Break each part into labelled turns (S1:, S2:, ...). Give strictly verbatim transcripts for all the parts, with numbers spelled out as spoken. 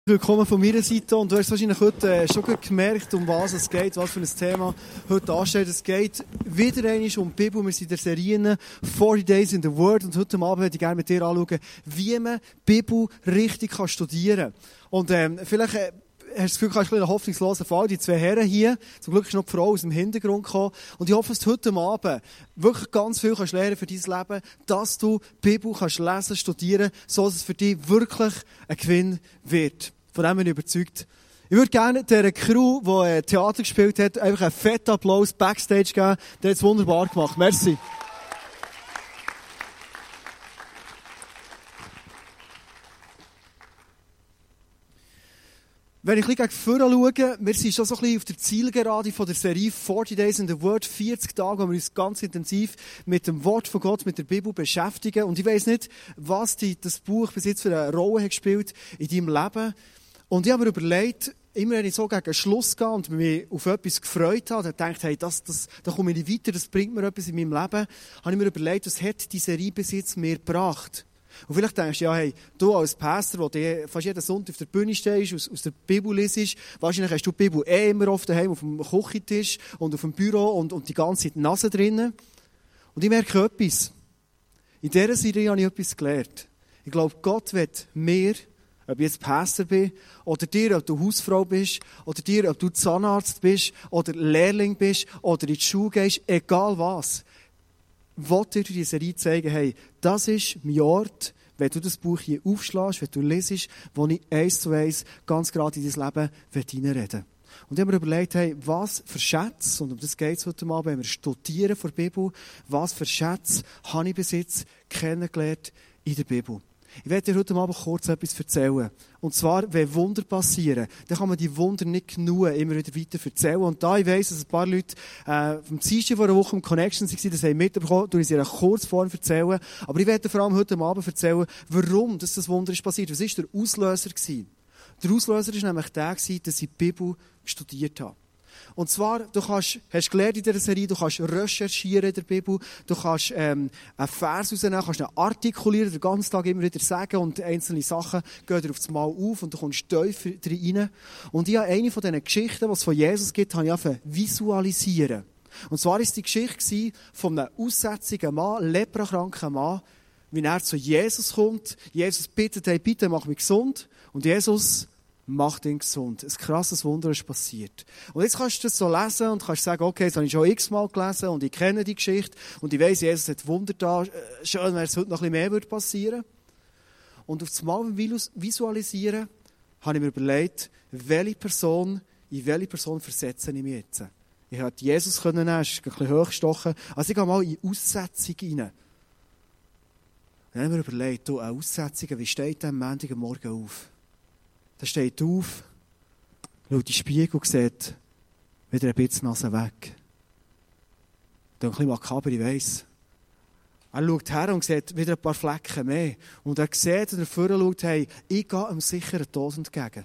S1: Willkommen von meiner Seite und du hast wahrscheinlich heute äh, schon gemerkt, um was es geht, was für ein Thema heute ansteht. Es geht wieder einmal um die Bibel. Wir sind in der Serie forty Days in the Word und heute Abend möchte ich gerne mit dir anschauen, wie man die Bibel richtig kann studieren kann. Und ähm, vielleicht äh, hast du das Gefühl, du hast einen hoffnungslosen Fall. Die zwei Herren hier, zum Glück ist noch die Frau aus dem Hintergrund gekommen. Und ich hoffe, dass du heute Abend wirklich ganz viel kannst lernen für dein Leben, dass du die Bibel kannst lesen, studieren, so dass es für dich wirklich ein Gewinn wird. Von dem bin ich überzeugt. Ich würde gerne der Crew, die äh, Theater gespielt hat, einfach einen fetten Applaus Backstage geben. Der hat es wunderbar gemacht. Merci. Wenn ich ein bisschen gegen vorne schaue, wir sind schon so ein bisschen auf der Zielgerade von der Serie forty Days in the Word, vierzig Tage, wo wir uns ganz intensiv mit dem Wort von Gott, mit der Bibel beschäftigen. Und ich weiss nicht, was die, das Buch bis jetzt für eine Rolle hat gespielt in deinem Leben. Und ich habe mir überlegt, immer wenn ich so gegen Schluss gehe und mich auf etwas gefreut habe, und gedacht, hey, das, das, da komme ich nicht weiter, das bringt mir etwas in meinem Leben, habe ich mir überlegt, was hat die Serie bis jetzt mir gebracht? Und vielleicht denkst du, ja, hey, du als Pastor, der fast jeden Sonntag auf der Bühne stehst, aus, aus der Bibel liest, wahrscheinlich hast du die Bibel eh immer oft daheim auf dem Küchentisch und auf dem Büro und, und die ganze Zeit die Nase drinnen. Und ich merke etwas. In dieser Serie habe ich etwas gelernt. Ich glaube, Gott will mir, ob ich jetzt Pastor bin, oder dir, ob du Hausfrau bist, oder dir, ob du Zahnarzt bist, oder Lehrling bist, oder in die Schule gehst, egal was, will dir die Serie zeigen, hey, das ist mein Ort, wenn du das Buch hier aufschlägst, wenn du lesest, wo ich eins zu eins ganz gerade in dein Leben hineinreden will. Und ich habe mir überlegt, hey, was für Schätze, und um das geht es heute Abend, wenn wir studieren von der Bibel, was für Schätze habe ich bis jetzt kennengelernt in der Bibel. Ich werde dir heute Abend kurz etwas erzählen. Und zwar, wenn Wunder passieren, dann kann man die Wunder nicht genug immer wieder weiter erzählen. Und da ich weiss, dass ein paar Leute äh, vom Dienstag vor einer Woche im Connection waren, das haben mitbekommen, tue ich sie in einer Kurzform erzählen. Aber ich werde vor allem heute Abend erzählen, warum das, das Wunder ist passiert. Was war der Auslöser gewesen? Der Auslöser war nämlich der, dass ich die Bibel studiert habe. Und zwar, du kannst, hast gelernt in dieser Serie, du kannst recherchieren in der Bibel, du kannst ähm, einen Vers rausnehmen, kannst ihn artikulieren, den ganzen Tag immer wieder sagen und einzelne Sachen gehen dir auf das Mal auf und du kommst tiefer rein. Und ich habe eine von diesen Geschichten, die es von Jesus gibt, habe ich angefangen visualisieren. Und zwar war es die Geschichte von einem aussätzigen Mann, leprakranken Mann, wie er zu Jesus kommt. Jesus bittet, hey, bitte mach mich gesund. Und Jesus macht ihn gesund. Ein krasses Wunder ist passiert. Und jetzt kannst du das so lesen und kannst sagen, okay, das habe ich schon x-mal gelesen und ich kenne die Geschichte und ich weiss, Jesus hat Wunder da. Schön, wenn es heute noch ein bisschen mehr passieren würde. Und auf das Mal beim Visualisieren habe ich mir überlegt, welche Person, in welche Person versetze ich mich jetzt. Ich hätte Jesus können nehmen, ist ein bisschen hochgestochen. Also ich gehe mal in Aussetzung rein. Und dann habe ich mir überlegt, du, eine Aussetzung, wie steht der am Montagmorgen auf? Er steht auf, schaut in den Spiegel und sieht wieder ein bisschen Nase weg. Das ist ein bisschen makaber, ich weiss. Er schaut her und sieht wieder ein paar Flecken mehr. Und er sieht, und er vorne schaut, hey, ich gehe einem sicheren Tod entgegen.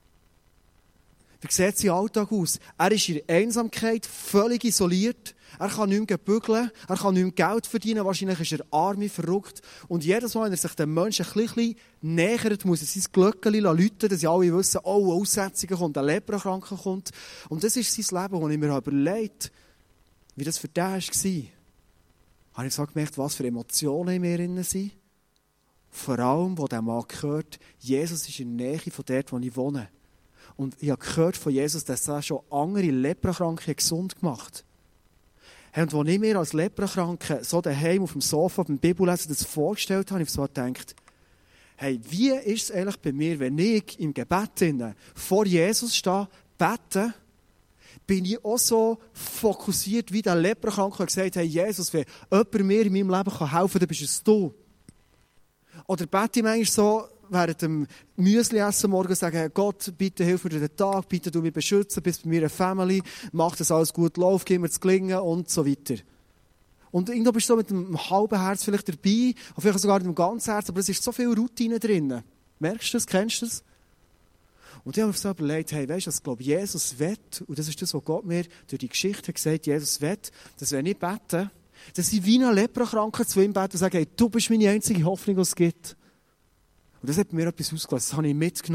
S1: Wie sieht sein Alltag aus? Er ist in Einsamkeit, völlig isoliert. Er kann nicht mehr bügeln, er kann nicht mehr Geld verdienen, wahrscheinlich ist er arm, verrückt. Und jedes Mal, wenn er sich den Menschen ein bisschen nähert, muss er sein Glöckchen läuten, dass sie alle wissen, oh, eine Aussetzung kommt, ein Leprakranker kommt. Und das ist sein Leben, das ich mir überlegt, wie das für den war. Habe ich so gemerkt, was für Emotionen in mir drin sind. Vor allem, wo der Mann gehört, Jesus ist in der Nähe von dort, wo ich wohne. Und ich habe gehört von Jesus, dass er schon andere Leprakranke gesund gemacht hat. Und als ich mir als Leprakranke so daheim auf dem Sofa beim Bibellesen das vorgestellt habe, habe ich so gedacht, hey, wie ist es eigentlich bei mir, wenn ich im Gebet vor Jesus stehe, bete, bin ich auch so fokussiert wie der Leprakranke und gesagt, hey Jesus, wenn jemand mir in meinem Leben helfen kann, dann bist es du. Oder bete ich manchmal so, während dem Müsli essen morgen sagen, Gott, bitte hilf mir durch den Tag, bitte du mich beschützen, bist bei mir eine Family, mach, dass alles gut läuft, gib mir das Gelingen und so weiter. Und irgendwo bist du so mit einem halben Herz vielleicht dabei, oder vielleicht sogar mit dem ganzen Herz, aber es ist so viel Routine drin. Merkst du das? Kennst du das? Und ich habe mir so überlegt, hey, weißt du, was glaube Jesus will, und das ist das, was Gott mir durch die Geschichte hat gesagt, Jesus will, dass wenn ich bete, dass ich wie ein Leprakranker zu ihm bete und sage, hey, du bist meine einzige Hoffnung, die es gibt. Und das hat mir etwas ausgelöst, das habe ich mitgenommen.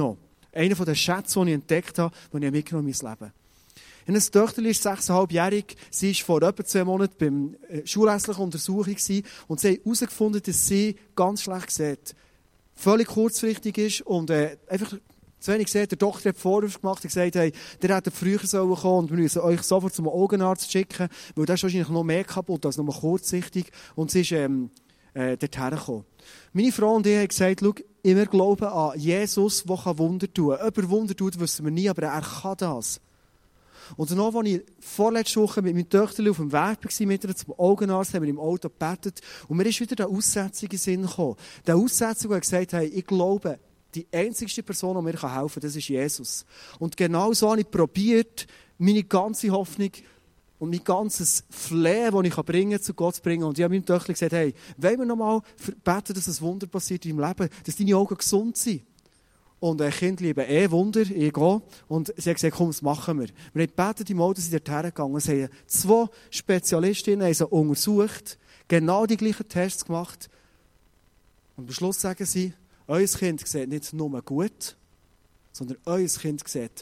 S1: Einer der Schätze, die ich entdeckt habe, die ich mitgenommen in mein Leben. Ein Töchterchen ist sechseinhalbjährig. Sie war vor etwa zwei Monaten beim schulärztlichen Untersuchung und sie haben herausgefunden, dass sie ganz schlecht sieht. Völlig kurzfristig ist und äh, einfach zu wenig sieht. Der Doktor hat Vorwürfe gemacht und gesagt, hey, der hätte früher kommen sollen und wir müssen euch sofort zum Augenarzt schicken, weil das ist wahrscheinlich noch mehr kaputt als nur kurzsichtig. Und sie ist ähm, äh, dorthin gekommen. Meine Frau und ich haben gesagt, schau, wir glauben an Jesus, der Wunder tun kann. Ob er Wunder tut, wissen wir nie, aber er kann das. Und dann, als ich vorletzte Woche mit meinem Töchterchen auf dem Weg war, mit ihr zum Augenarzt, haben wir im Auto gebetet und mir ist wieder der Aussetzung in den Sinn gekommen. Der Aussetzung, der gesagt hat, ich glaube, die einzigste Person, die mir helfen kann, das ist Jesus. Und genau so habe ich probiert, meine ganze Hoffnung und mein ganzes Flair, das ich bringen kann, zu Gott zu bringen. Und ich habe meinem Töchterchen gesagt, hey, wollen wir nochmal beten, dass ein Wunder passiert in deinem Leben, dass deine Augen gesund sind. Und ein Kind lieben eh Wunder, ich gehe. Und sie hat gesagt, komm, das machen wir. Wir haben gebetet, im Auto sind dorthin gegangen. Sie haben zwei Spezialistinnen haben sie untersucht, genau die gleichen Tests gemacht. Und am Schluss sagen sie, euer Kind sieht nicht nur gut, sondern euer Kind sieht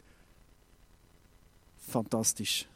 S1: fantastisch.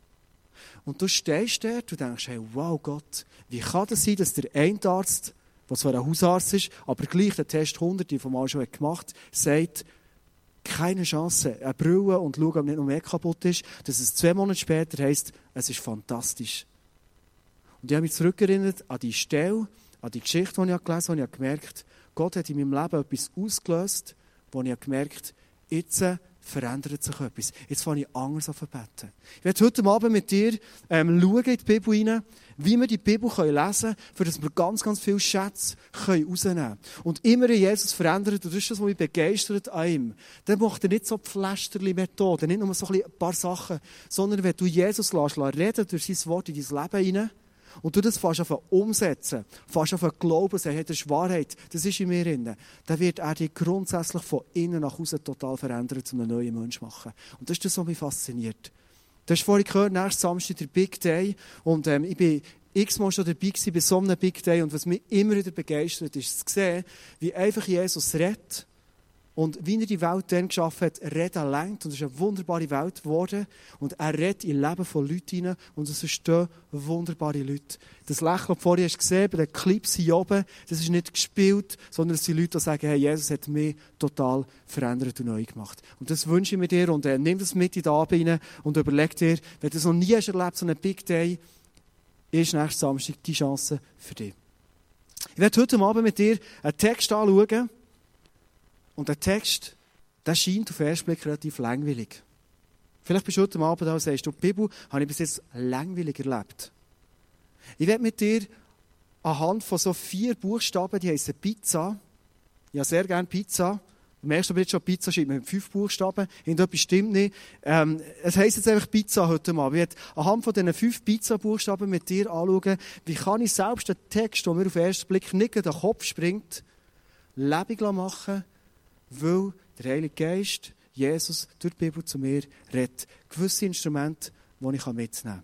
S1: Und du stehst dort und denkst, hey, wow Gott, wie kann das sein, dass der eine Arzt, der zwar ein Hausarzt ist, aber gleich den Test hunderte von Mal schon gemacht hat, sagt, keine Chance, eine Brille und schauen, ob nicht noch mehr kaputt ist, dass es zwei Monate später heisst, es ist fantastisch. Und ich habe mich zurückerinnert an die Stelle, an die Geschichte, die ich gelesen habe, und ich habe gemerkt, Gott hat in meinem Leben etwas ausgelöst, wo ich gemerkt habe, jetzt verändert sich etwas. Jetzt fange ich anders an zu beten. Ich werde heute Abend mit dir ähm, schauen in die Bibel hinein, wie wir die Bibel lesen können, für dass wir ganz, ganz viele Schätze rausnehmen können. Und immer in Jesus verändert, und das ist das, was mich begeistert an ihm. Dann macht er nicht so Pflästerli-Methoden, nicht nur so ein paar Sachen, sondern wenn du Jesus lässt, lässt reden durch sein Wort in dein Leben hinein, und du das fast auf umsetzen, fast auf glauben, sagen, hey, das ist Wahrheit, das ist in mir drin, dann wird er dich grundsätzlich von innen nach außen total verändern, zu einem neuen Mensch machen. Und das ist das, was mich fasziniert. Du hast vorhin gehört, nächsten Samstag der Big Day, und ähm, ich bin x-mal schon dabei gewesen bei so einem Big Day, und was mich immer wieder begeistert, ist zu sehen, wie einfach Jesus redet. Und wie er die Welt dann geschaffen hat, reden lenkt. Und es ist eine wunderbare Welt geworden. Und er redet in Leben von Leuten hinein. Und es stehen wunderbare Leute. Das Lächeln, das du vorhin hast gesehen, bei den Clips hier oben, das ist nicht gespielt, sondern es sind Leute, die sagen, hey, Jesus hat mich total verändert und neu gemacht. Und das wünsche ich mir dir. Und äh, nimm das mit in den Abend hinein und überleg dir, wenn du das noch nie hast erlebt, so einen Big Day, ist nächsten Samstag die Chance für dich. Ich werde heute Abend mit dir einen Text anschauen. Und der Text, der scheint auf den ersten Blick relativ langweilig. Vielleicht bist du heute Abend da und sagst, du, die Bibel habe ich bis jetzt langweilig erlebt. Ich werde mit dir anhand von so vier Buchstaben, die heissen Pizza. Ich habe sehr gerne Pizza. Im ersten Blick schon Pizza schreibt man mit fünf Buchstaben. Irgendetwas stimmt nicht. Ähm, es heisst jetzt einfach Pizza heute Abend. Ich werde anhand von diesen fünf Pizza-Buchstaben mit dir anschauen, wie kann ich selbst den Text, der mir auf den ersten Blick nicht in den Kopf springt, lebendig machen, weil der Heilige Geist, Jesus, durch die Bibel zu mir redet. Gewisse Instrumente, die ich mitnehmen kann.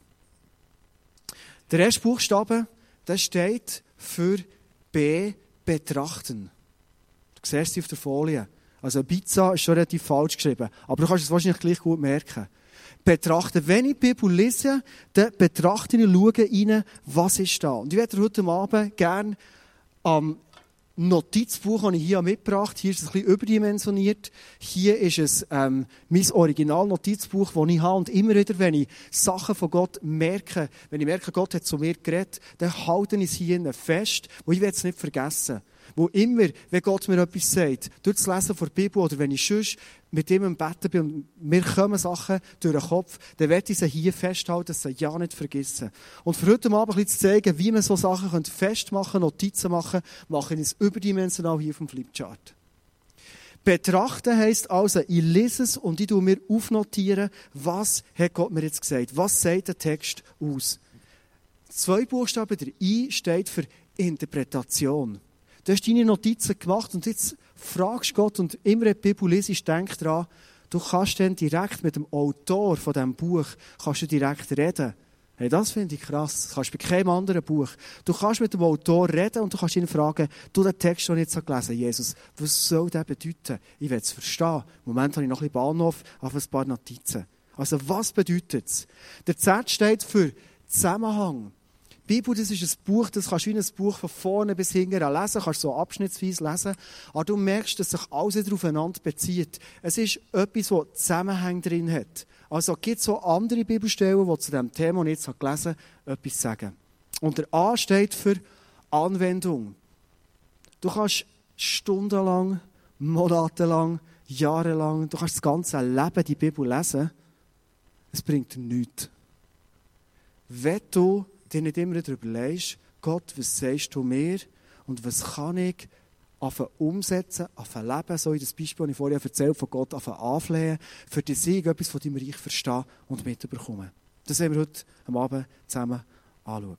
S1: Der erste Buchstabe, der steht für B, betrachten. Du siehst sie auf der Folie. Also Pizza ist schon relativ falsch geschrieben, aber du kannst es wahrscheinlich gleich gut merken. Betrachten. Wenn ich die Bibel lese, dann betrachte ich und schaue rein, was ist da. Und ich werde heute Abend gerne am Notizbuch, das ich hier mitgebracht habe. Hier ist es ein bisschen überdimensioniert. Hier ist es ähm, mein Original-Notizbuch, das ich habe. Und immer wieder, wenn ich Sachen von Gott merke, wenn ich merke, Gott hat zu mir geredet, dann halte ich es hier fest, und ich werde es nicht vergessen. Wo immer, wenn Gott mir etwas sagt, durch das Lesen der Bibel oder wenn ich sonst mit ihm im Bett bin und mir kommen Sachen durch den Kopf, dann werde ich sie hier festhalten, dass sie ja nicht vergessen. Und für heute Abend ein bisschen zu zeigen, wie man so Sachen festmachen kann, Notizen machen, mache ich es überdimensional hier auf dem Flipchart. Betrachten heisst also, ich lese es und ich tue mir aufnotieren, was hat Gott mir jetzt gesagt, was sagt der Text aus. Zwei Buchstaben, der I steht für Interpretation. Du hast deine Notizen gemacht und jetzt fragst Gott, und immer wenn die Bibel liest, denk daran, du kannst dann direkt mit dem Autor von diesem Buch kannst du direkt reden. Hey, das finde ich krass. Das kannst du bei keinem anderen Buch. Du kannst mit dem Autor reden und du kannst ihn fragen, du, den Text, den ich jetzt gelesen habe, Jesus, was soll der bedeuten? Ich will es verstehen. Im Moment habe ich noch ein bisschen Bahnhof, auf ein paar Notizen. Also, was bedeutet es? Der Z steht für Zusammenhang. Die Bibel, das ist ein Buch, das kannst du wie ein Buch von vorne bis hinten lesen, kannst so abschnittsweise lesen, aber du merkst, dass sich alles aufeinander bezieht. Es ist etwas, das Zusammenhänge drin hat. Also gibt es so andere Bibelstellen, die zu dem Thema, das ich jetzt gelesen habe, etwas sagen. Und der A steht für Anwendung. Du kannst stundenlang, monatelang, jahrelang, du kannst das ganze Leben die Bibel lesen, es bringt dir nichts. Wenn du dir nicht immer darüber überlegst, Gott, was sagst du mir und was kann ich anfangen umsetzen, anfangen leben, so wie das Beispiel, das ich vorher erzählt von Gott anfangen anflehen, für die Sieg etwas von deinem Reich verstehen und mitbekommen. Das werden wir heute am Abend zusammen anschauen.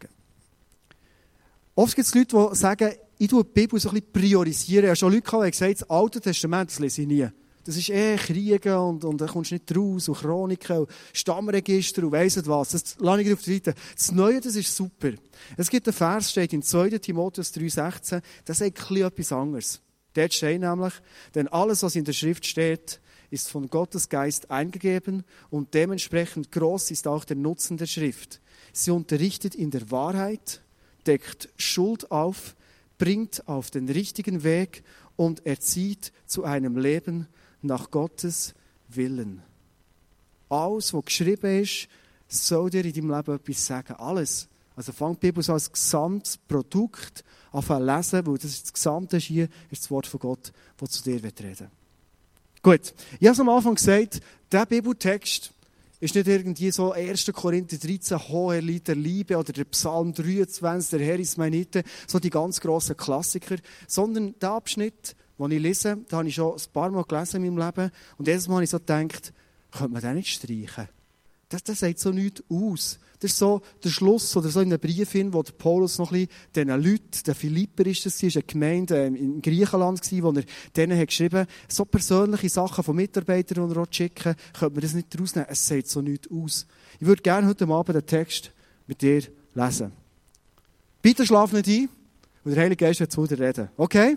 S1: Oft gibt es Leute, die sagen, ich tue die Bibel so ein bisschen priorisieren. Ich habe schon Leute gehabt, die gesagt, das Alte Testament, das lese ich nie. Das ist eh Kriege und, und da kommst du nicht raus und Chroniken und Stammregister und weiss nicht was. Das lasse ich auf die Seite. Das Neue, das ist super. Es gibt einen Vers, steht in zweiter Timotheus drei sechzehn, das sagt ein bisschen etwas anderes. Dort steht nämlich, denn alles, was in der Schrift steht, ist von Gottes Geist eingegeben und dementsprechend groß ist auch der Nutzen der Schrift. Sie unterrichtet in der Wahrheit, deckt Schuld auf, bringt auf den richtigen Weg und erzieht zu einem Leben nach Gottes Willen. Alles, was geschrieben ist, soll dir in deinem Leben etwas sagen. Alles. Also fängt die Bibel so als Gesamtprodukt an zu lesen, weil das, ist das Gesamte ist hier ist das Wort von Gott, das zu dir reden will. Gut, ich habe es am Anfang gesagt, der Bibeltext ist nicht irgendwie so erster Korinther dreizehn, hoher Lied der Liebe oder der Psalm dreiundzwanzig, der Herr ist mein Hirte, so die ganz grossen Klassiker, sondern der Abschnitt, den ich lese, da habe ich schon ein paar Mal gelesen in meinem Leben und jedes Mal habe ich so gedacht, könnte man den nicht streichen? Das, das sagt so nichts aus. Das ist so der Schluss oder so in einem Brief hin, wo der Paulus noch ein bisschen diesen Leuten, der Philipper ist das, ist eine Gemeinde in Griechenland gewesen, wo er denen hat geschrieben, so persönliche Sachen von Mitarbeitern, die er auch schicken, könnte man das nicht rausnehmen. Es sagt so nichts aus. Ich würde gerne heute Abend den Text mit dir lesen. Bitte schlaf nicht ein und der Heilige Geist wird zu dir reden. Okay?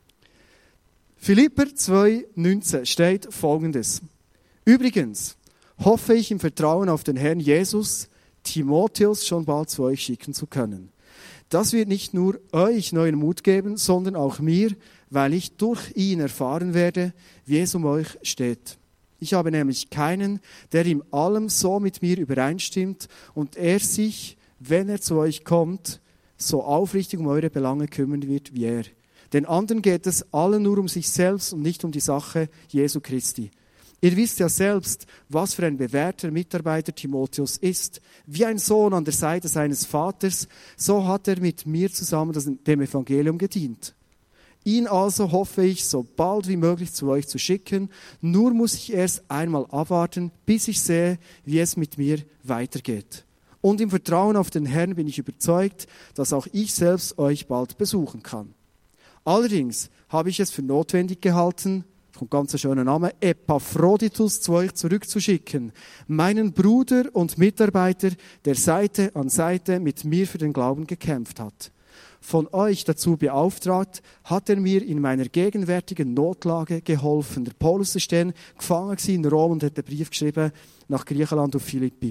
S1: Philipper zwei neunzehn steht Folgendes. Übrigens hoffe ich im Vertrauen auf den Herrn Jesus, Timotheus schon bald zu euch schicken zu können. Das wird nicht nur euch neuen Mut geben, sondern auch mir, weil ich durch ihn erfahren werde, wie es um euch steht. Ich habe nämlich keinen, der in allem so mit mir übereinstimmt und er sich, wenn er zu euch kommt, so aufrichtig um eure Belange kümmern wird wie er. Den anderen geht es allen nur um sich selbst und nicht um die Sache Jesu Christi. Ihr wisst ja selbst, was für ein bewährter Mitarbeiter Timotheus ist. Wie ein Sohn an der Seite seines Vaters, so hat er mit mir zusammen dem Evangelium gedient. Ihn also hoffe ich, so bald wie möglich zu euch zu schicken. Nur muss ich erst einmal abwarten, bis ich sehe, wie es mit mir weitergeht. Und im Vertrauen auf den Herrn bin ich überzeugt, dass auch ich selbst euch bald besuchen kann. Allerdings habe ich es für notwendig gehalten, kommt ganz ein schöner Name, Epaphroditus zu euch zurückzuschicken, meinen Bruder und Mitarbeiter, der Seite an Seite mit mir für den Glauben gekämpft hat. Von euch dazu beauftragt, hat er mir in meiner gegenwärtigen Notlage geholfen. Der Paulus ist dann gefangen in Rom und hat einen Brief geschrieben nach Griechenland und Philippi.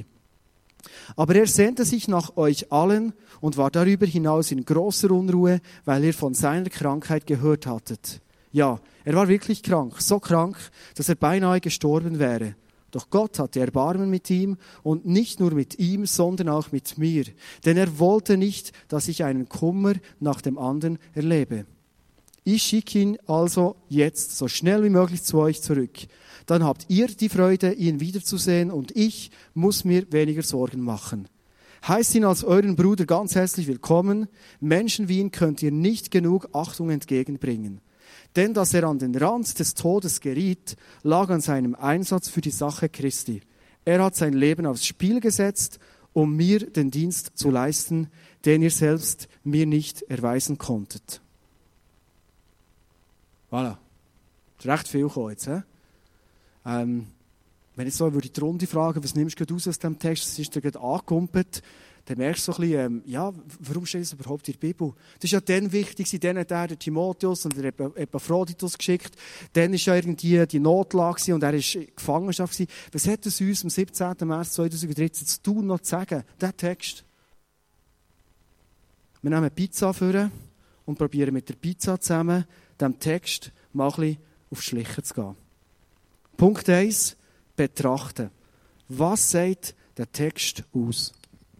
S1: Aber er sehnte sich nach euch allen und war darüber hinaus in großer Unruhe, weil ihr von seiner Krankheit gehört hattet. Ja, er war wirklich krank, so krank, dass er beinahe gestorben wäre. Doch Gott hatte Erbarmen mit ihm und nicht nur mit ihm, sondern auch mit mir. Denn er wollte nicht, dass ich einen Kummer nach dem anderen erlebe. Ich schicke ihn also jetzt so schnell wie möglich zu euch zurück. Dann habt ihr die Freude, ihn wiederzusehen und ich muss mir weniger Sorgen machen. Heißt ihn als euren Bruder ganz herzlich willkommen. Menschen wie ihn könnt ihr nicht genug Achtung entgegenbringen. Denn dass er an den Rand des Todes geriet, lag an seinem Einsatz für die Sache Christi. Er hat sein Leben aufs Spiel gesetzt, um mir den Dienst zu leisten, den ihr selbst mir nicht erweisen konntet. Voilà. Das ist recht viel gekommen jetzt. He? Ähm, wenn ich so würde die Runde fragen, was nimmst du gerade raus aus diesem Text, was ist dir gerade angekumpelt, dann merkst du so ein bisschen, ähm, ja, warum steht das überhaupt in der Bibel? Das ist ja dann wichtig, dann hat er den Timotheus und den Epaphroditus geschickt, dann war ja irgendwie die Notlage und er war in Gefangenschaft. Was hat es uns am siebzehnten März zweitausenddreizehn zu tun, noch zu sagen? Der Text. Wir nehmen Pizza vor und probieren mit der Pizza zusammen, dem Text mal ein bisschen auf Schliche zu gehen. Punkt eins, betrachten. Was sagt der Text aus?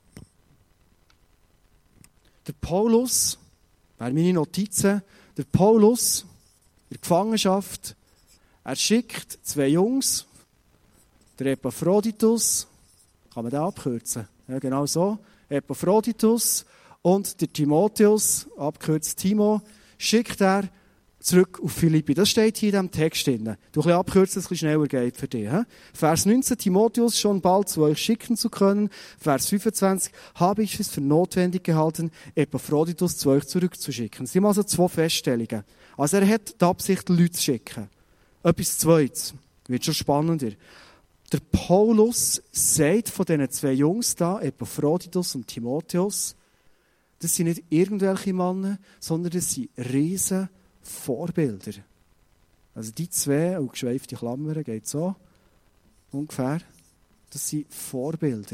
S1: Der Paulus, wäre meine Notizen, der Paulus in der Gefangenschaft, er schickt zwei Jungs, der Epaphroditus, kann man den abkürzen? Ja, genau so. Epaphroditus und der Timotheus, abgekürzt Timo, schickt er zurück auf Philippi. Das steht hier in diesem Text drin. Du ein bisschen abkürzen, dass es ein bisschen schneller geht für dich. He? Vers neunzehn, Timotheus schon bald zu euch schicken zu können. Vers fünfundzwanzig, habe ich es für notwendig gehalten, Epaphroditus zu euch zurückzuschicken. Das sind also zwei Feststellungen. Also er hat die Absicht, Leute zu schicken. Etwas Zweites, wird schon spannender. Der Paulus sagt von diesen zwei Jungs da, Epaphroditus und Timotheus, das sind nicht irgendwelche Männer, sondern das sind riesen Vorbilder. Also die zwei, und geschweifte Klammern, geht so, ungefähr, das sind Vorbilder.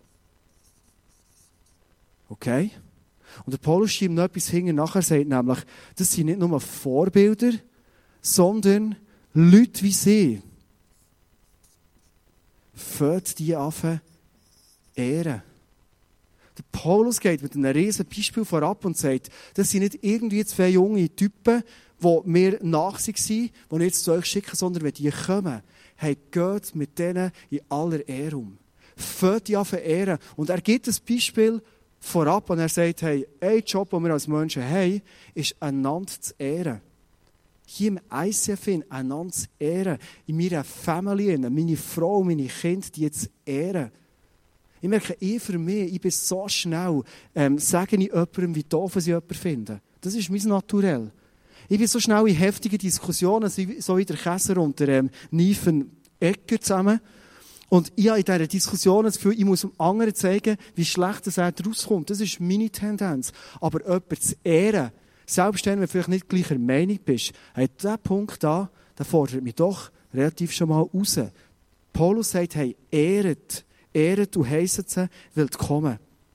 S1: Okay? Und der Paulus schreibt noch etwas hinten nachher, sagt nämlich, das sind nicht nur Vorbilder, sondern Leute wie sie. Fällt die an ehren. Der Paulus geht mit einem riesen Beispiel vorab und sagt, das sind nicht irgendwie zwei junge Typen, die mir nach sich sind, die ich jetzt zu euch schicke, sondern wenn die kommen, hey, geht mit denen in aller Ehre um. Fällt die an ehren. Und er gibt das Beispiel vorab und er sagt, hey, ein Job, den wir als Menschen haben, ist einander zu ehren. Hier im I C F einander zu ehren. In meiner Familie, meine Frau, meine Kinder, die jetzt ehren. Ich merke, ich für mich, ich bin so schnell, ähm, sage ich jemandem, wie doof ich jemanden finde. Das ist mein Naturell. Ich bin so schnell in heftigen Diskussionen, so wie der Käser und der ähm, Niefen Egger zusammen. Und ich habe in dieser Diskussion das Gefühl, ich muss dem anderen zeigen, wie schlecht das er rauskommt. Das ist meine Tendenz. Aber jemanden zu ehren, selbst wenn du vielleicht nicht gleicher Meinung bist, hey, dieser Punkt da, der fordert mich doch relativ schon mal raus. Paulus sagt, hey, ehret, ehret und heisset sie, weil sie kommen.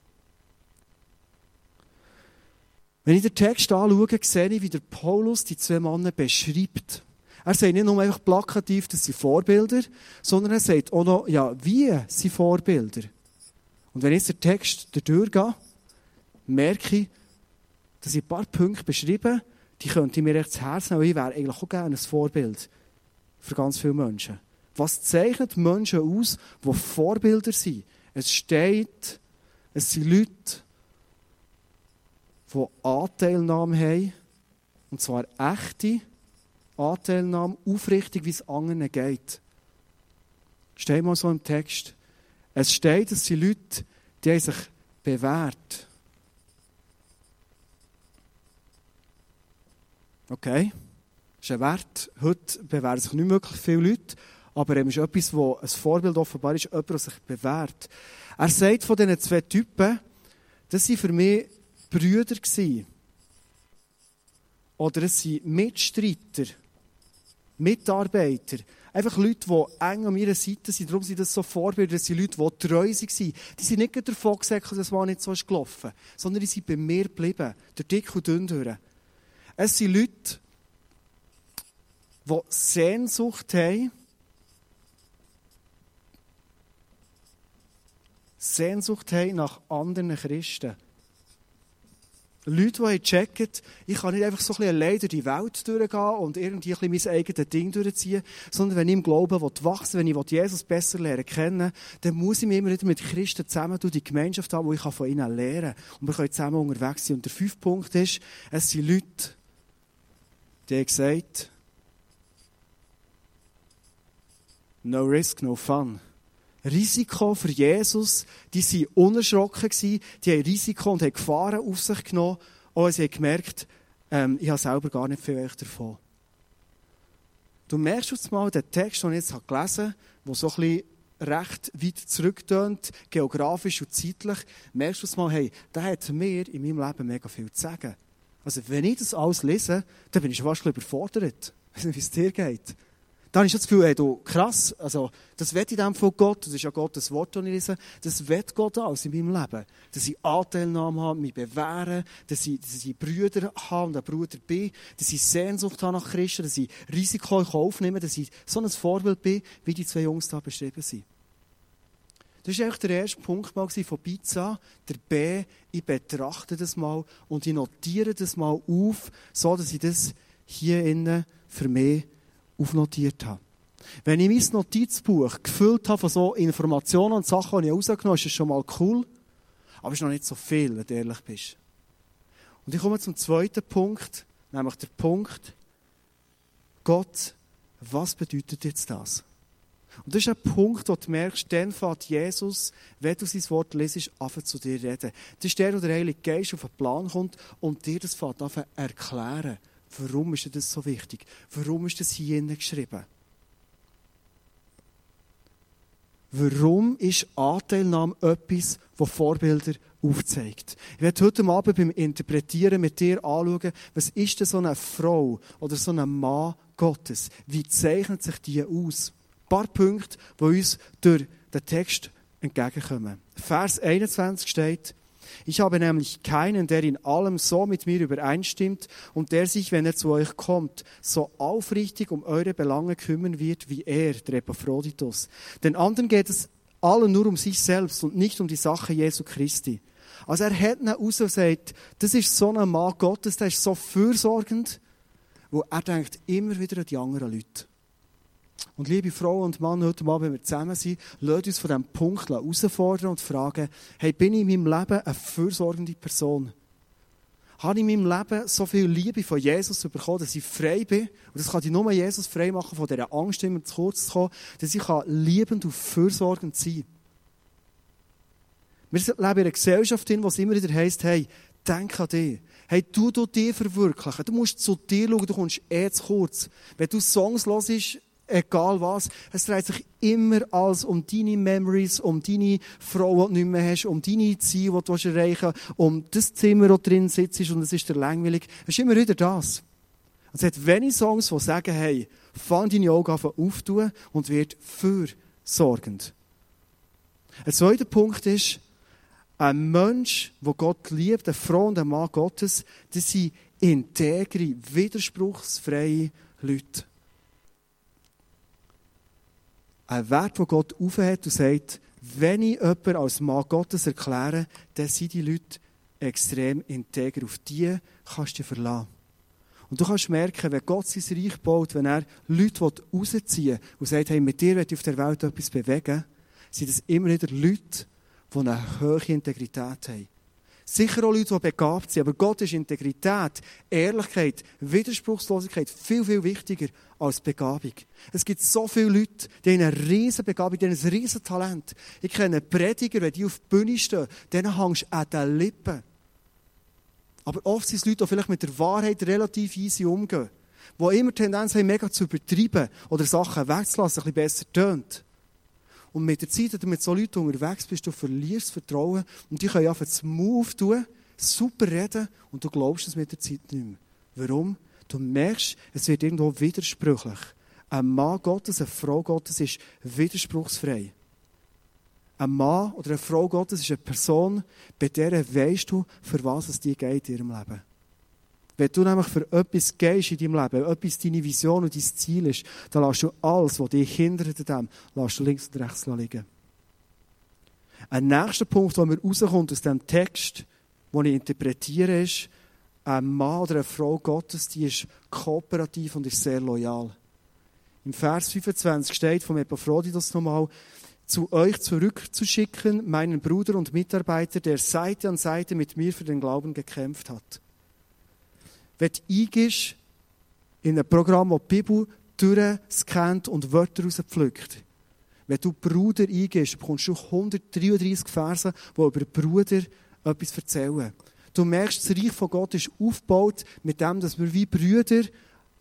S1: Wenn ich den Text anschaue, sehe ich, wie der Paulus die zwei Männer beschreibt. Er sagt nicht nur einfach plakativ, dass sie Vorbilder, sondern er sagt auch noch, ja, wie sind Vorbilder. Und wenn ich jetzt den Text durchgehe, merke ich, dass ich ein paar Punkte beschrieben, die könnte ich mir echt zu Herzen nehmen. Ich wäre eigentlich auch gerne ein Vorbild für ganz viele Menschen. Was zeichnet Menschen aus, die Vorbilder sind? Es steht, es sind Leute, die Anteilnahme haben, und zwar echte Anteilnahme, aufrichtig, wie es anderen geht. Steht mal so im Text. Es steht, es sind Leute, die haben sich bewährt. Okay, das ist ein Wert. Heute bewähren sich nicht wirklich viele Leute, aber es ist etwas, wo ein Vorbild offenbar ist, jemand, der sich bewährt. Er sagt von diesen zwei Typen, das waren für mich Brüder gewesen. Oder es sind Mitstreiter, Mitarbeiter. Einfach Leute, die eng an meiner Seite sind. Darum sind das so Vorbilder. Das sind Leute, die treu waren. Die sind nicht davon gesagt, das war nicht so gelaufen, sondern die sind bei mir geblieben. Durch dick und dünn durch. Es sind Leute, die Sehnsucht haben, Sehnsucht haben nach anderen Christen. Leute, die checken, ich kann nicht einfach so ein bisschen allein durch die Welt durchgehen und irgendwie ein bisschen mein eigenes Ding durchziehen, sondern wenn ich im Glauben wachsen will, wenn ich Jesus besser lernen kennen, dann muss ich mich immer wieder mit Christen zusammen tun, die Gemeinschaft haben, wo ich von ihnen lernen kann. Und wir können zusammen unterwegs sein. Und der fünfte Punkt ist, es sind Leute, die haben gesagt, no risk, no fun. Risiko für Jesus, die waren unerschrocken, die haben Risiko und haben Gefahren auf sich genommen, und sie haben gemerkt, ähm, ich habe selber gar nicht viel davon. Du merkst jetzt mal, den Text, den ich jetzt gelesen habe, der so ein bisschen recht weit zurücktönt, geografisch und zeitlich, merkst du jetzt mal, hey, der hat mir in meinem Leben mega viel zu sagen. Also wenn ich das alles lese, dann bin ich schon fast ein bisschen überfordert. Ich weiß nicht, wie es dir geht. Dann habe ich das Gefühl, hey, du, krass, also, das will in dem Fall Gott, das ist ja Gottes Wort, das ich lese, das will Gott alles in meinem Leben. Dass ich Anteilnahme habe, mich bewähren, dass ich, dass ich Brüder habe und ein Bruder bin, dass ich Sehnsucht habe nach Christen, dass ich Risiko aufnehme, dass ich so ein Vorbild bin, wie die zwei Jungs da beschrieben sind. Das war eigentlich der erste Punkt mal von Pizza, der B, ich betrachte das mal und ich notiere das mal auf, so dass ich das hier innen für mich aufnotiert habe. Wenn ich mein Notizbuch gefüllt habe von so Informationen und Sachen, die ich rausgenommen habe, ist das schon mal cool. Aber es ist noch nicht so viel, wenn du ehrlich bist. Und ich komme zum zweiten Punkt, nämlich der Punkt, Gott, was bedeutet jetzt das? Und das ist ein Punkt, wo du merkst, dann fährt Jesus, wenn du sein Wort lesest, an zu dir reden. Das ist der, wo der Heilige Geist auf den Plan kommt und dir das fährt an erklären. Warum ist das so wichtig? Warum ist das hier geschrieben? Warum ist Anteilnahme etwas, das Vorbilder aufzeigt? Ich werde heute Abend beim Interpretieren mit dir anschauen, was ist denn so eine Frau oder so ein Mann Gottes? Wie zeichnet sich die aus? Ein paar Punkte, die uns durch den Text entgegenkommen. Vers einundzwanzig steht: Ich habe nämlich keinen, der in allem so mit mir übereinstimmt und der sich, wenn er zu euch kommt, so aufrichtig um eure Belange kümmern wird wie er, der Epaphroditus. Den anderen geht es allen nur um sich selbst und nicht um die Sache Jesu Christi. Also er hat ihn raus und sagt, das ist so ein Mann Gottes, der ist so fürsorgend, wo er denkt immer wieder an die anderen Leute. Und liebe Frauen und Männer, heute Abend, wenn wir zusammen sind, lasst uns von diesem Punkt herausfordern und fragen, hey, bin ich in meinem Leben eine fürsorgende Person? Habe ich in meinem Leben so viel Liebe von Jesus bekommen, dass ich frei bin? Und das kann ich nur Jesus frei machen, von dieser Angst immer zu kurz zu kommen, dass ich liebend und fürsorgend sein kann. Wir leben in einer Gesellschaft, in der es immer wieder heisst, hey, denk an dich. Hey, du, du dich verwirklichen. Du musst zu dir schauen, du kommst eh zu kurz. Wenn du Songs hörst, egal was, es dreht sich immer alles um deine Memories, um deine Frau, die du nicht mehr hast, um deine Ziele, die du erreichen willst, um das Zimmer, wo du drin sitzt und es ist dir langweilig. Es ist immer wieder das. Es hat wenige Songs, die sagen, hey, fang deine Augen an aufzutun und wird fürsorgend. Ein zweiter Punkt ist, ein Mensch, der Gott liebt, eine Frau und ein Mann Gottes, das sind integre, widerspruchsfreie Leute. Ein Wert, den Gott aufhält und sagt, wenn ich jemanden als Mann Gottes erkläre, dann sind die Leute extrem integer. Auf die kannst du dich verlassen. Und du kannst merken, wenn Gott sein Reich baut, wenn er Leute rausziehen will und sagt, hey, mit dir will ich auf der Welt etwas bewegen, sind das immer wieder Leute, die eine hohe Integrität haben. Sicher auch Leute, die begabt sind, aber Gott ist Integrität, Ehrlichkeit, Widerspruchslosigkeit viel, viel wichtiger als Begabung. Es gibt so viele Leute, die haben eine riesen Begabung, die haben ein riesen Talent. Ich kenne Prediger, wenn die auf die Bühne stehen, denen hängst du an den Lippen. Aber oft sind es Leute, die vielleicht mit der Wahrheit relativ easy umgehen, die immer die Tendenz haben, mega zu übertreiben oder Sachen wegzulassen, ein bisschen besser tönt. Und mit der Zeit, wenn du mit so Leuten unterwegs bist, du verlierst das Vertrauen und die können einfach das Move tun, super reden und du glaubst es mit der Zeit nicht mehr. Warum? Du merkst, es wird irgendwo widersprüchlich. Ein Mann Gottes, eine Frau Gottes ist widerspruchsfrei. Ein Mann oder eine Frau Gottes ist eine Person, bei der weisst du, für was es dir geht in ihrem Leben. Wenn du nämlich für etwas gehst in deinem Leben, etwas deine Vision und dein Ziel ist, dann lässt du alles, was dich hindert an dem, lässt du links und rechts liegen. Ein nächster Punkt, der mir rauskommt aus dem Text, den ich interpretiere, ist, ein Mann oder eine Frau Gottes, die ist kooperativ und ist sehr loyal. Im Vers fünfundzwanzig steht vom Epaphroditus nochmal, zu euch zurückzuschicken, meinen Bruder und Mitarbeiter, der Seite an Seite mit mir für den Glauben gekämpft hat. Wenn du eingehst in ein Programm, das die Bibel durchscannt und Wörter rauspflückt, wenn du Bruder eingehst, bekommst du hundertdreiunddreißig Verse, die über Bruder etwas erzählen. Du merkst, das Reich von Gott ist aufgebaut mit dem, dass wir wie Brüder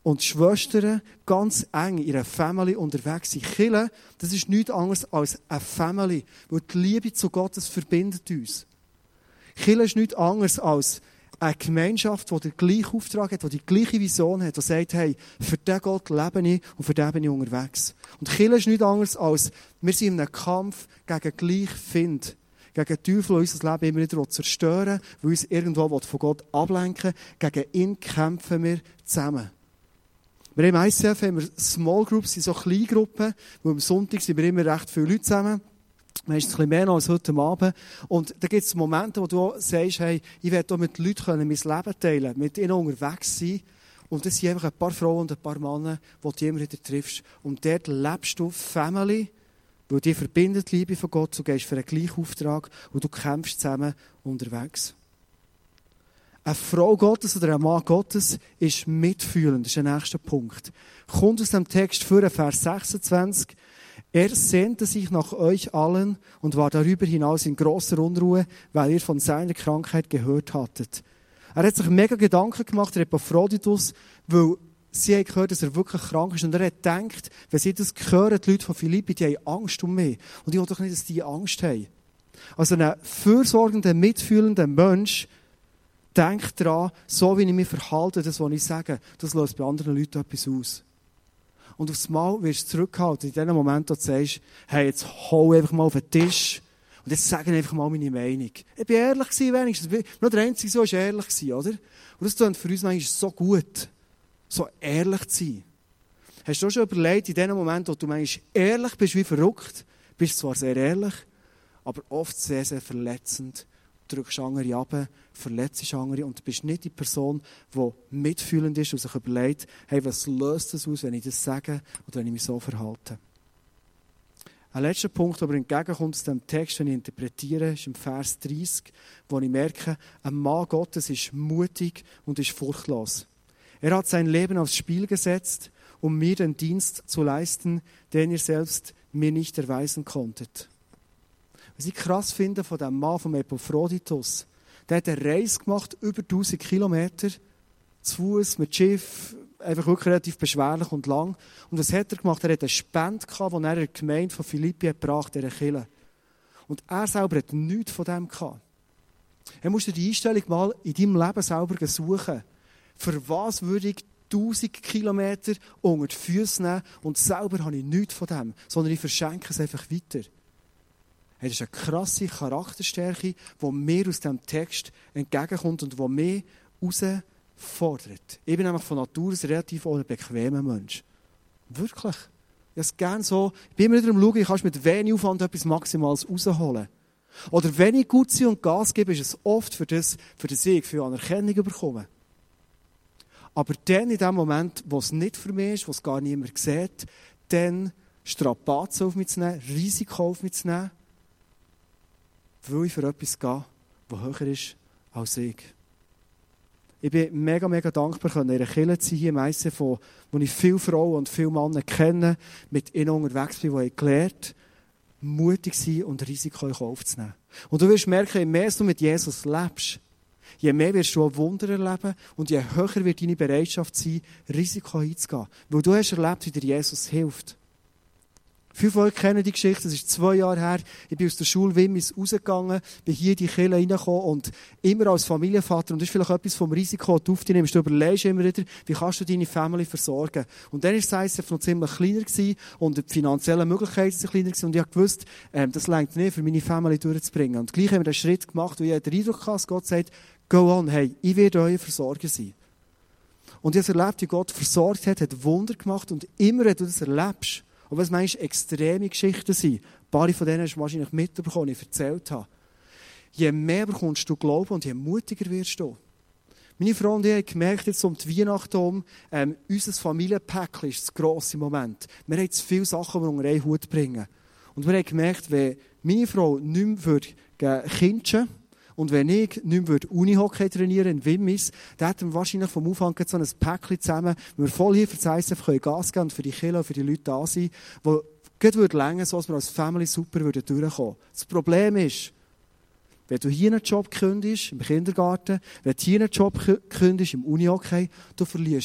S1: und die Schwestern ganz eng in einer Family unterwegs sind. Kirche, das ist nichts anderes als eine Family, weil die Liebe zu Gottes verbindet uns. Kirche ist nichts anderes als eine Gemeinschaft, die den gleichen Auftrag hat, die die gleiche Vision hat, die sagt, hey, für den Gott lebe ich und für den bin ich unterwegs. Und Kirche ist nichts anderes als, wir sind in einem Kampf gegen Gleichfind, gegen den Teufel, der unser Leben immer wieder zerstören will, weil uns irgendwo von Gott ablenken will. Gegen ihn kämpfen wir zusammen. Wir haben im I C F haben wir Small Groups, sind so Kleingruppen, wo am Sonntag sind wir immer recht viele Leute zusammen. Meistens ein bisschen mehr noch als heute Abend. Und da gibt es Momente, wo du sagst, hey, ich will hier mit Leuten mein Leben teilen, mit ihnen unterwegs sein. Und das sind einfach ein paar Frauen und ein paar Männer, die du immer wieder triffst. Und dort lebst du Family, weil die verbindet die Liebe von Gott, du gehst für einen gleichen Auftrag und du kämpfst zusammen unterwegs. Eine Frau Gottes oder ein Mann Gottes ist mitfühlend, das ist der nächste Punkt. Kommt aus dem Text vor, Vers sechsundzwanzig. Er sehnte sich nach euch allen und war darüber hinaus in grosser Unruhe, weil ihr von seiner Krankheit gehört hattet. Er hat sich mega Gedanken gemacht, der Epaphroditus, weil sie haben gehört, dass er wirklich krank ist. Und er hat gedacht, wenn sie das hören, die Leute von Philippi, die haben Angst um mich. Und ich will doch nicht, dass die Angst haben. Also ein fürsorgender, mitfühlender Mensch denkt daran, so wie ich mich verhalte, das, was ich sage, das löst bei anderen Leuten etwas aus. Und aufs Mal wirst du zurückhalten, in dem Moment, wo du sagst, hey, jetzt hau einfach mal auf den Tisch und jetzt sage ich einfach mal meine Meinung. Ich bin ehrlich gewesen, wenigstens. Ich bin nur der Einzige, der so ehrlich war, oder? Und das tut für uns manchmal so gut, so ehrlich zu sein. Hast du auch schon überlegt, in dem Moment, wo du manchmal ehrlich bist, wie verrückt, bist du zwar sehr ehrlich, aber oft sehr, sehr verletzend, drückst andere ab, verletzt andere und du bist nicht die Person, die mitfühlend ist und sich überlegt, hey, was löst das aus, wenn ich das sage oder wenn ich mich so verhalte. Ein letzter Punkt, der aber entgegenkommt aus dem Text, den ich interpretiere, ist im Vers dreißig, wo ich merke, ein Mann Gottes ist mutig und ist furchtlos. Er hat sein Leben aufs Spiel gesetzt, um mir den Dienst zu leisten, den ihr selbst mir nicht erweisen konntet. Was ich krass finde von diesem Mann, vom Epaphroditus, der hat eine Reise gemacht, über tausend Kilometer, zu Fuß, mit Schiff, einfach wirklich relativ beschwerlich und lang. Und was hat er gemacht? Er hat eine Spende gehabt, die er in der Gemeinde von Philippi gebracht hat, dieser Kirche. Und er selber hat nichts von dem gehabt. Er musste die Einstellung mal in deinem Leben selber suchen. Für was würde ich tausend Kilometer unter die Füße nehmen und selber habe ich nichts von dem, sondern ich verschenke es einfach weiter. Das ist eine krasse Charakterstärke, die mir aus diesem Text entgegenkommt und die mich herausfordert. Ich bin nämlich von Natur aus relativ ein bequemer Mensch. Wirklich. Ich habe es gerne so, ich bin immer wieder am Schauen, ich kann mit wenig Aufwand etwas Maximales rausholen. Oder wenn ich gut bin und Gas gebe, ist es oft für das, für das ich für Anerkennung bekomme. Aber dann, in dem Moment, wo es nicht für mich ist, wo es gar niemand sieht, dann Strapazen auf mich zu nehmen, Risiko auf mich zu nehmen, weil ich für etwas gehe, das höher ist als ich. Ich bin mega, mega dankbar, in einer Kirche zu sein, hier im I C F, wo, wo ich viele Frauen und viele Männer kenne, mit ihnen unterwegs bin, die gelernt haben, mutig sein und Risiko aufzunehmen. Und du wirst merken, je mehr du mit Jesus lebst, je mehr wirst du ein Wunder erleben und je höher wird deine Bereitschaft sein, Risiko einzugehen. Weil du hast erlebt, wie dir Jesus hilft. Viele von euch kennen die Geschichte, das ist zwei Jahre her. Ich bin aus der Schule Wimmis rausgegangen, bin hier in die Kirche reingekommen und immer als Familienvater, und das ist vielleicht etwas vom Risiko, das du auf dich nimmst, du überlegst immer wieder, wie kannst du deine Family versorgen. Und dann war das I C F noch ziemlich kleiner gewesen und die finanziellen Möglichkeiten sind kleiner gewesen und ich habe gewusst, ähm, das reicht nicht, für meine Family durchzubringen. Und gleich haben wir den Schritt gemacht, weil ich den Eindruck hatte, dass Gott sagt, go on, hey, ich werde euer Versorger sein. Und ich habe erlebt, wie Gott versorgt hat, hat Wunder gemacht und immer, wenn du das erlebst, und was manchmal extreme Geschichten sind, ein paar von denen hast du wahrscheinlich mitbekommen, ich erzählt habe. Je mehr bekommst du Glauben und je mutiger wirst du. Meine Frau und ich haben gemerkt, jetzt um die Weihnachten herum, ähm, unser Familienpäckchen ist das grosse Moment. Wir haben zu viele Sachen, die wir unter einen Hut bringen. Und wir haben gemerkt, wenn meine Frau nicht mehr kindchen und wenn ich nicht mehr Unihockey trainieren in Wimmis, dann hätten wir wahrscheinlich vom Anfang so ein Päckchen zusammen, wo wir voll hier für das I C F Gas geben und für die Kinder und für die Leute da sein, wo gut würde länger, so dass wir als Family super durchkommen würden. Das Problem ist, wenn du hier einen Job kündigst, im Kindergarten, wenn du hier einen Job kündigst, im Unihockey, du verlierst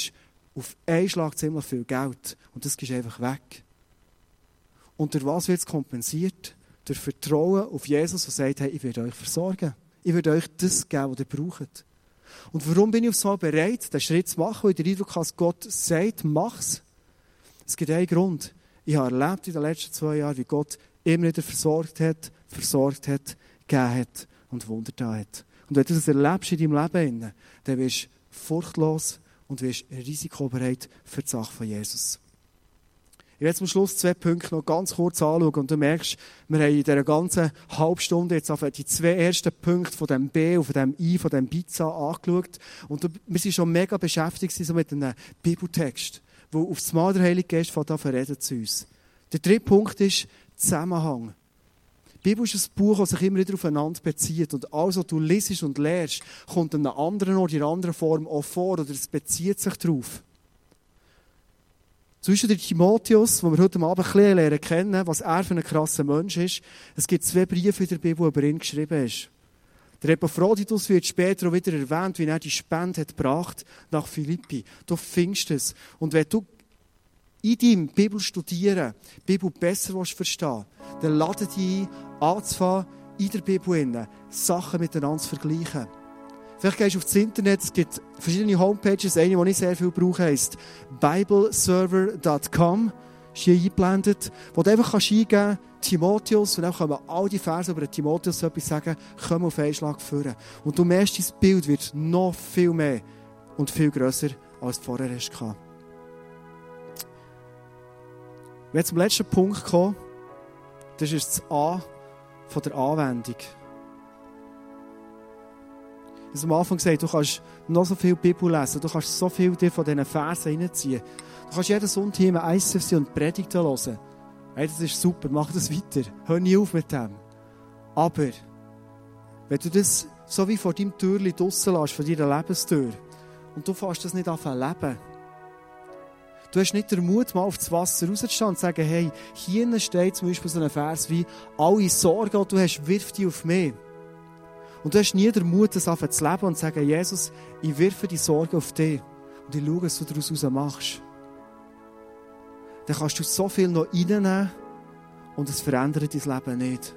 S1: auf einen Schlag ziemlich viel Geld und das gehst einfach weg. Und durch was wird es kompensiert? Durch Vertrauen auf Jesus, der sagt, hey, ich werde euch versorgen. Ich werde euch das geben, was ihr braucht. Und warum bin ich aufs Mal bereit, den Schritt zu machen, weil ich den Eindruck habe, dass Gott sagt, mach's. Es gibt einen Grund. Ich habe erlebt in den letzten zwei Jahren, wie Gott immer wieder versorgt hat, versorgt hat, gegeben hat und Wunder getan hat. Und wenn du das erlebst in deinem Leben, dann wirst du furchtlos und wirst risikobereit für die Sache von Jesus. Ich werde zum Schluss zwei Punkte noch ganz kurz anschauen und du merkst, wir haben in dieser ganzen Halbstunde jetzt auf die zwei ersten Punkte von dem B und von dem I, von dem Pizza angeschaut und wir sind schon mega beschäftigt so mit einem Bibeltext, wo auf das Mal der Heilige Geist von da verreden zu uns. Der dritte Punkt ist Zusammenhang. Die Bibel ist ein Buch, das sich immer wieder aufeinander bezieht und alles, was du liest und lernst, kommt an einem anderen Ort, in einer anderen Form auch vor oder es bezieht sich darauf. Zum Beispiel der Timotheus, den wir heute Abend ein bisschen lernen kennen, was er für ein krasser Mensch ist. Es gibt zwei Briefe in der Bibel, die über ihn geschrieben ist. Der Epaphroditus wird später auch wieder erwähnt, wie er die Spende hat gebracht nach Philippi. Du findest es. Und wenn du in deinem Bibel studieren, die Bibel besser verstehen willst, dann lade dich ein, anzufangen, in der Bibel Sachen miteinander zu vergleichen. Vielleicht gehst du auf das Internet, es gibt verschiedene Homepages, eine, die ich sehr viel brauche, heisst bibleserver dot com, ist hier eingeblendet, wo du einfach eingeben kannst, Timotheus, und dann können wir all die Verse über Timotheus etwas sagen, kommen auf einen Schlag führen. Und du merkst, dein Bild wird noch viel mehr und viel grösser, als du vorher hast. Wenn wir zum letzten Punkt kommen, das ist das A von der Anwendung. Ich habe am Anfang gesagt, du kannst noch so viel Bibel lesen, du kannst so viel dir von diesen Versen reinziehen. Du kannst jeden Sonntag hier im I C F sein und Predigten hören. Hey, das ist super, mach das weiter. Hör nie auf mit dem. Aber, wenn du das so wie vor deinem Türchen draussen lässt, von deiner Lebenstür, und du fährst das nicht anfangen leben, du hast nicht den Mut, mal auf das Wasser rauszustehen und zu sagen, hey, hier steht zum Beispiel so ein Vers wie, alle Sorgen, die du hast, wirf die auf mich. Und du hast nie den Mut, das anfangen zu leben und zu sagen, Jesus, ich wirfe die Sorgen auf dich und ich schaue, was du daraus raus machst. Dann kannst du so viel noch reinnehmen und es verändert dein Leben nicht.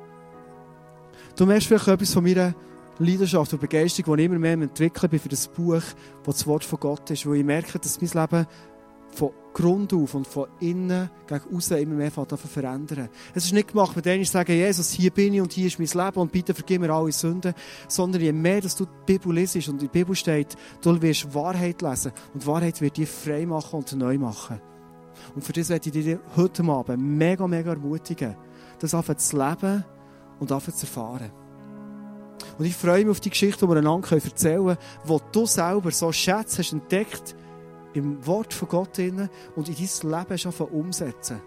S1: Du merkst vielleicht etwas von meiner Leidenschaft und Begeisterung, die ich immer mehr entwickeln bin für das Buch, das das Wort von Gott ist, wo ich merke, dass mein Leben von Grund auf und von innen gegen außen immer mehr verändern. Es ist nicht gemacht, mit denen ich sage, Jesus, hier bin ich und hier ist mein Leben und bitte vergib mir alle Sünden, sondern je mehr, dass du die Bibel liest und in der Bibel steht, du wirst Wahrheit lesen und Wahrheit wird dich frei machen und neu machen. Und für das möchte ich dir heute Abend mega, mega ermutigen, das anfangen zu leben und anfangen zu erfahren. Und ich freue mich auf die Geschichte, die wir einander erzählen können, wo du selber so Schätze hast entdeckt im Wort von Gott drin und in dein Leben schon umsetzen.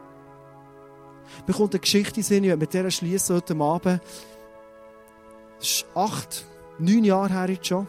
S1: Mir kommt eine Geschichte in den Sinn, ich werde mit der schließen heute Abend. Das ist acht, neun Jahre her jetzt schon.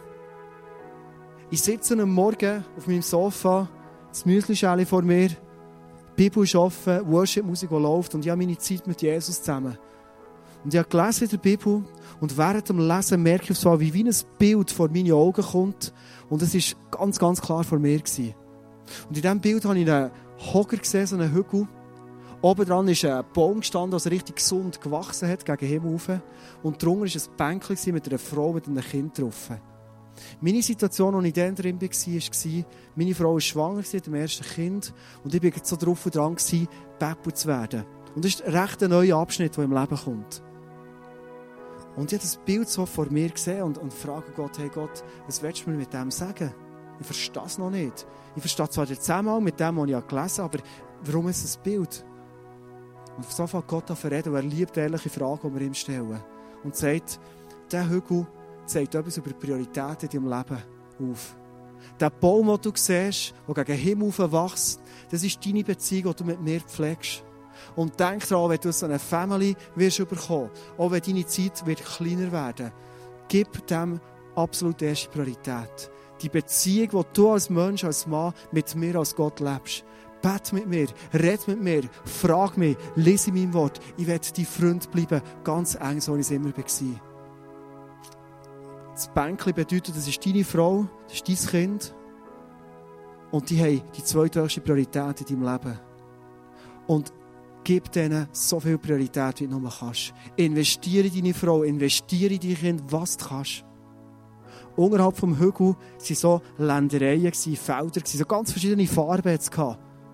S1: Ich sitze am Morgen auf meinem Sofa, das Müsli-Schäli vor mir, die Bibel ist offen, Worship-Musik, die läuft und ich habe meine Zeit mit Jesus zusammen. Und ich habe gelesen in der Bibel und während dem Lesen merke ich so, wie, wie ein Bild vor meine Augen kommt und es war ganz, ganz klar vor mir gewesen. Und in diesem Bild habe ich einen Hocker gesehen, so einen Hügel. Oben dran ist ein Baum gestanden, der richtig gesund gewachsen hat, gegen den Himmel rauf. Und drunter war ein Bänkchen mit einer Frau mit einem Kind drauf. Meine Situation, als ich dann drin war, war, meine Frau war schwanger mit dem ersten Kind und ich war jetzt so drauf und dran, Bäppel zu werden. Und das ist ein recht neuer Abschnitt, der im Leben kommt. Und ich habe das Bild so vor mir gesehen und, und frage Gott, hey Gott, was willst du mir mit dem sagen? Ich verstehe es noch nicht. Ich verstehe zwar den Zusammenhang mit dem, was ich gelesen habe, aber warum ist es ein Bild? Und so fängt Gott an zu reden und er liebt ehrliche Fragen, die wir ihm stellen. Und sagt, dieser Hügel zeigt etwas über die Prioritäten in deinem Leben auf. Der Baum, den du siehst, der gegen den Himmel wächst, das ist deine Beziehung, die du mit mir pflegst. Und denk daran, wenn du so eine Family wirst bekommen, auch wenn deine Zeit wird kleiner werden, gib dem absolut erste Priorität. Die Beziehung, die du als Mensch, als Mann mit mir, als Gott lebst. Bet mit mir, red mit mir, frag mich, lese mein Wort. Ich werde dein Freund bleiben, ganz eng, so wie ich es immer war. Das Bänkchen bedeutet, das ist deine Frau, das ist dein Kind. Und die haben die zweithöchste Priorität in deinem Leben. Und gib denen so viel Priorität, wie du nur kannst. Investiere in deine Frau, investiere in deine Kinder, was du kannst. Unterhalb vom Hügel waren so Ländereien, Felder, so ganz verschiedene Farben. Und ich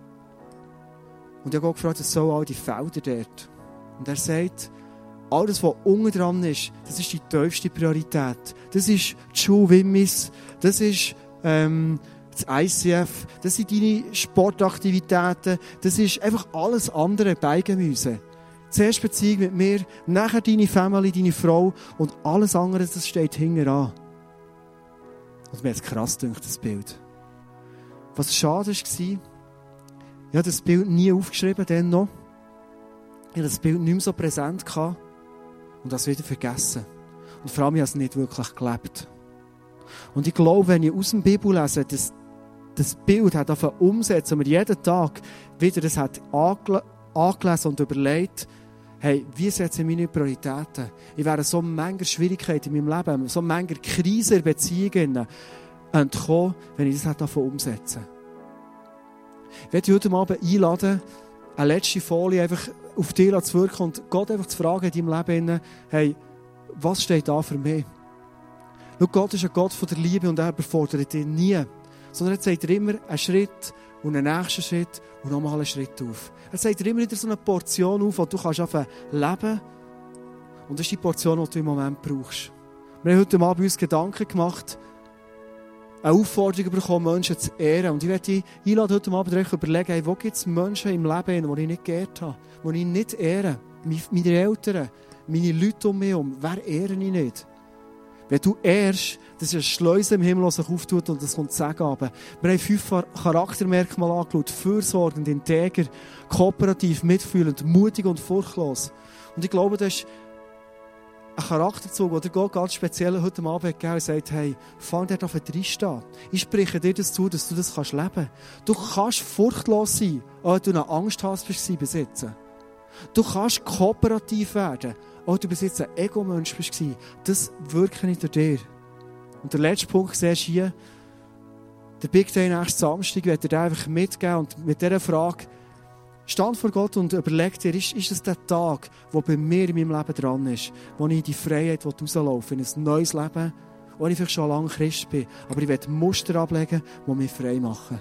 S1: habe Gott gefragt, was sollen all die Felder dort? Und er sagt, alles, was unten dran ist, das ist die tiefste Priorität. Das ist die Schule Wimmis, das ist ähm, das I C F, das sind deine Sportaktivitäten, das ist einfach alles andere Beigemüse. Zuerst Beziehung mit mir, nachher deine Family, deine Frau und alles andere, das steht hinten an. Und mir hat es krass gedacht, das Bild. Was schade war, ich habe das Bild nie aufgeschrieben, dann noch. Ich hatte das Bild nicht mehr so präsent gehabt und das wieder vergessen. Und vor allem, ich habe es nicht wirklich gelebt. Und ich glaube, wenn ich aus dem Bibel lese, dass das Bild hat auf umsetzen, und mir jeden Tag wieder das hat ange- angelesen und überlegt, hey, wie setze ich meine Prioritäten? Ich werde so manche Schwierigkeiten in meinem Leben, so manche Krisen in Beziehungen entkommen, wenn ich das davon umsetze. Ich werde dich heute Abend einladen, eine letzte Folie einfach auf dich zu wirken und Gott einfach zu fragen in deinem Leben, hey, was steht da für mich? Schau, Gott ist ein Gott von der Liebe und er überfordert dich nie. Sondern er zeigt dir immer einen Schritt und einen nächsten Schritt und nochmal einen Schritt auf. Er zeigt dir immer wieder so eine Portion auf, die du kannst anfangen leben. Und das ist die Portion, die du im Moment brauchst. Wir haben heute Abend uns Gedanken gemacht, eine Aufforderung bekommen, Menschen zu ehren. Und ich werde dich einladen, heute Abend euch überlegen, hey, wo gibt es Menschen im Leben, die ich nicht geehrt habe, die ich nicht ehre? Meine Eltern, meine Leute um mich herum, wer ehre ich nicht? Wenn du ehrst, das ist eine Schleuse im Himmel, die sich auftut und das kommt Segen runter. Wir haben fünf Charaktermerkmale angeschaut. Fürsorgend, integer, kooperativ, mitfühlend, mutig und furchtlos. Und ich glaube, das ist ein Charakterzug, den Gott ganz speziell heute Abend gegeben hat und sagt, hey, fang dort auf reinstehen. Ich spreche dir das zu, dass du das kannst leben. Du kannst furchtlos sein, auch wenn du eine Angst hast, besitzen. Du kannst kooperativ werden, auch wenn du bis jetzt ein Ego-Mensch warst. Das wirkt nicht durch dir. Und der letzte Punkt siehst du hier, der Big Day nächsten Samstag, wird dir einfach mitgeben und mit dieser Frage, stand vor Gott und überleg dir, ist, ist das der Tag, der bei mir in meinem Leben dran ist, wo ich in die Freiheit rauslaufe, in ein neues Leben, wo ich vielleicht schon lange Christ bin, aber ich will Muster ablegen, die mich frei machen.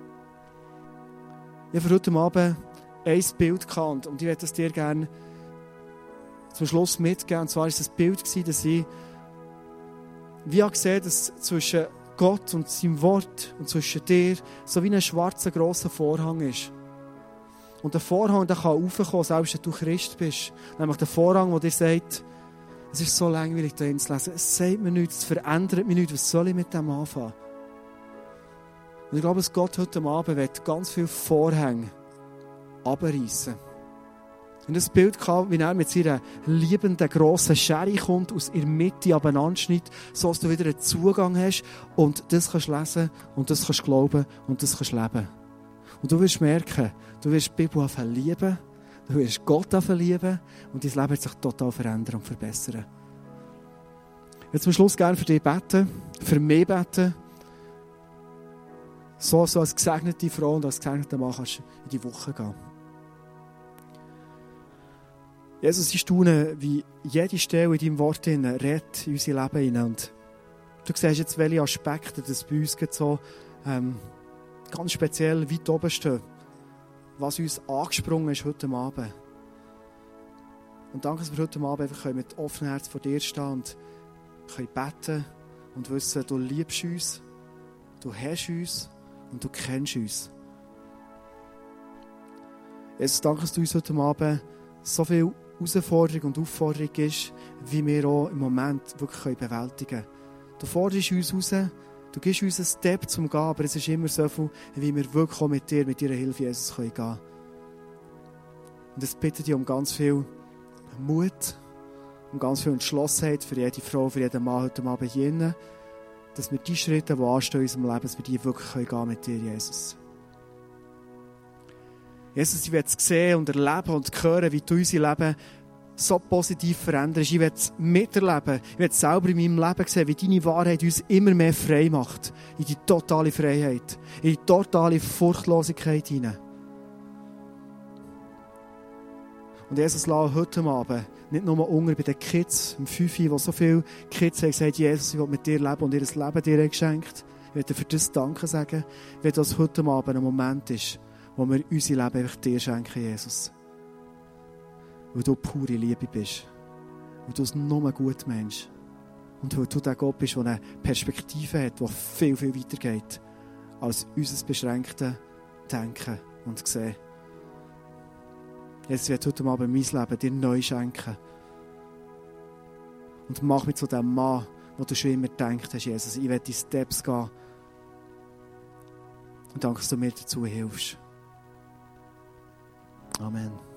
S1: Ich habe für heute Abend ein Bild gehabt und ich möchte es dir gerne zum Schluss mitgeben. Und zwar war es das Bild, dass ich wie ich gesehen, dass zwischen Gott und seinem Wort und zwischen dir so wie ein schwarzer, grosser Vorhang ist. Und der Vorhang, der kann raufkommen, selbst wenn du Christ bist. Nämlich der Vorhang, der dir sagt, es ist so langweilig, da zu lesen. Es sagt mir nichts, es verändert mich nichts. Was soll ich mit dem anfangen? Und ich glaube, dass Gott heute Abend wird ganz viele Vorhänge abreißen. Und das Bild kam, wie er mit seiner liebenden, grossen Schere kommt, aus ihrer Mitte abeinander schneidet, so dass du wieder einen Zugang hast und das kannst lesen und das kannst glauben und das kannst leben. Und du wirst merken, du wirst die Bibel lieben, du wirst Gott lieben und dein Leben wird sich total verändern und verbessern. Ich würde zum Schluss gerne für dich beten, für mich beten, so, so als gesegnete Frau und als gesegneter Mann kannst du in die Woche gehen. Jesus, ich staune, wie jede Stelle in deinem Wort redet in unser Leben hinein. Und du siehst jetzt, welche Aspekte das bei uns so ähm, ganz speziell weit oben stehen, was uns angesprungen ist heute Abend. Und danke, dass wir heute Abend einfach mit offenem Herz vor dir stehen und können beten und wissen, du liebst uns, du hast uns und du kennst uns. Jesus, danke, dass du uns heute Abend so viel Herausforderung und Aufforderung ist, wie wir auch im Moment wirklich bewältigen können. Du forderst uns raus, du gibst uns einen Step zum Gehen, aber es ist immer so viel, wie wir wirklich auch mit dir, mit deiner Hilfe, Jesus, gehen können. Und es bittet dich um ganz viel Mut, um ganz viel Entschlossenheit für jede Frau, für jeden Mann heute Abend hier, dass wir die Schritte, die anstehen in unserem Leben, dass wir die wirklich gehen können mit dir, Jesus. Jesus, ich will es sehen und erleben und hören, wie du unser Leben so positiv veränderst. Ich will es miterleben. Ich will es selber in meinem Leben sehen, wie deine Wahrheit uns immer mehr frei macht. In die totale Freiheit. In die totale Furchtlosigkeit hinein. Und Jesus, lass heute Abend nicht nur unter bei den Kids, im Fünfi, wo so viele Kids haben gesagt, Jesus, ich will mit dir leben und ihr Leben dir geschenkt. Ich will dir für das Danke sagen, weil das heute Abend ein Moment ist, wo wir unser Leben einfach dir schenken, Jesus. Weil du pure Liebe bist. Weil du es nur gut meinst. Und weil du der Gott bist, der eine Perspektive hat, die viel, viel weiter geht, als unser beschränktes Denken und Sehen. Jetzt wird heute Abend mein Leben dir neu schenken. Und mach mich zu dem Mann, wo du schon immer gedacht hast, Jesus. Ich will die Steps gehen. Und danke, dass du mir dazu hilfst. Amen.